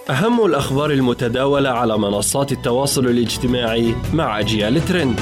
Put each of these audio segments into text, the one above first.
أهم الأخبار المتداولة على منصات التواصل الاجتماعي مع أجيال ترند.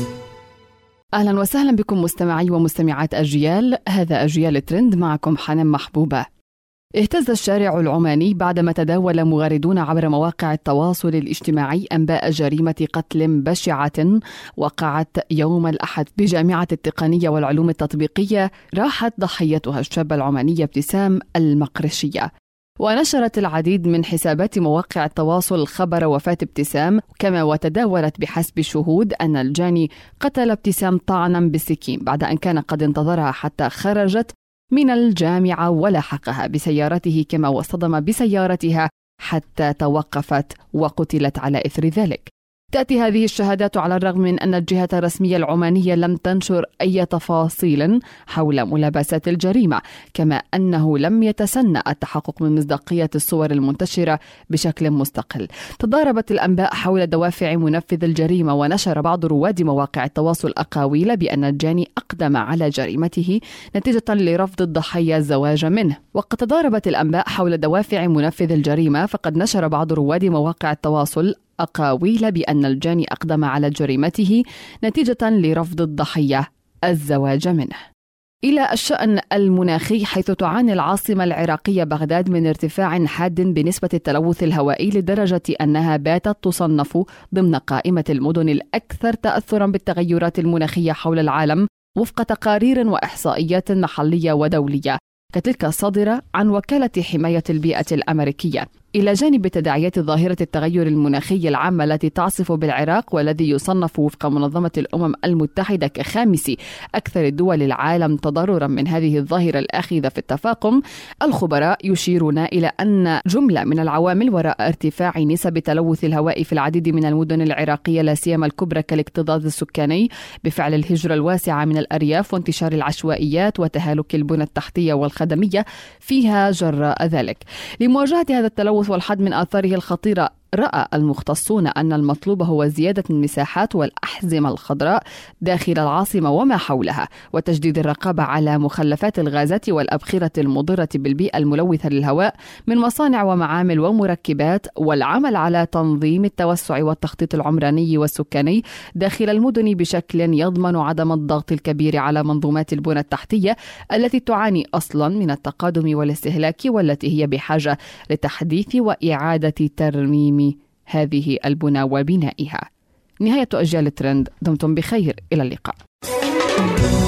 أهلا وسهلا بكم مستمعي ومستمعات أجيال. هذا أجيال ترند، معكم حنان محبوبة. اهتز الشارع العماني بعدما تداول مغردون عبر مواقع التواصل الاجتماعي أنباء جريمة قتل بشعة وقعت يوم الأحد بجامعة التقنية والعلوم التطبيقية راحت ضحيتها الشابة العمانية ابتسام المقرشية. ونشرت العديد من حسابات مواقع التواصل خبر وفاة ابتسام، كما وتداولت بحسب شهود أن الجاني قتل ابتسام طعنا بالسكين بعد أن كان قد انتظرها حتى خرجت من الجامعة ولحقها بسيارته، كما واصطدم بسيارتها حتى توقفت وقتلت على إثر ذلك. تأتي هذه الشهادات على الرغم من أن الجهة الرسمية العمانية لم تنشر أي تفاصيل حول ملابسات الجريمة، كما أنه لم يتسنى التحقق من مصداقية الصور المنتشرة بشكل مستقل. تضاربت الأنباء حول دوافع منفذ الجريمة، ونشر بعض رواد مواقع التواصل أقاويل بأن الجاني أقدم على جريمته نتيجة لرفض الضحية الزواج منه. وقد تضاربت الأنباء حول دوافع منفذ الجريمة، فقد نشر بعض رواد مواقع التواصل أقاويل بأن الجاني أقدم على جريمته نتيجة لرفض الضحية الزواج منه. إلى الشأن المناخي، حيث تعاني العاصمة العراقية بغداد من ارتفاع حاد بنسبة التلوث الهوائي لدرجة أنها باتت تصنف ضمن قائمة المدن الأكثر تأثرا بالتغيرات المناخية حول العالم وفق تقارير وإحصائيات محلية ودولية كتلك الصادرة عن وكالة حماية البيئة الأمريكية. إلى جانب تداعيات ظاهرة التغير المناخي العامة التي تعصف بالعراق، والذي يصنف وفق منظمة الأمم المتحدة كخامس أكثر الدول العالم تضررا من هذه الظاهرة الآخذة في التفاقم، الخبراء يشيرون إلى أن جملة من العوامل وراء ارتفاع نسب تلوث الهواء في العديد من المدن العراقية لا سيما الكبرى كالاكتظاظ السكاني بفعل الهجرة الواسعة من الأرياف وانتشار العشوائيات وتهالك البنى التحتية والخدمية فيها جراء ذلك. لمواجهة هذا التلوث والحد من آثاره الخطيرة، رأى المختصون أن المطلوب هو زيادة المساحات والأحزمة الخضراء داخل العاصمة وما حولها، وتجديد الرقابة على مخلفات الغازات والأبخرة المضرة بالبيئة الملوثة للهواء من مصانع ومعامل ومركبات، والعمل على تنظيم التوسع والتخطيط العمراني والسكاني داخل المدن بشكل يضمن عدم الضغط الكبير على منظومات البنى التحتية التي تعاني أصلا من التقادم والاستهلاك، والتي هي بحاجة لتحديث وإعادة ترميم هذه البنى وبنائها. نهاية أجيال ترند، دمتم بخير، إلى اللقاء.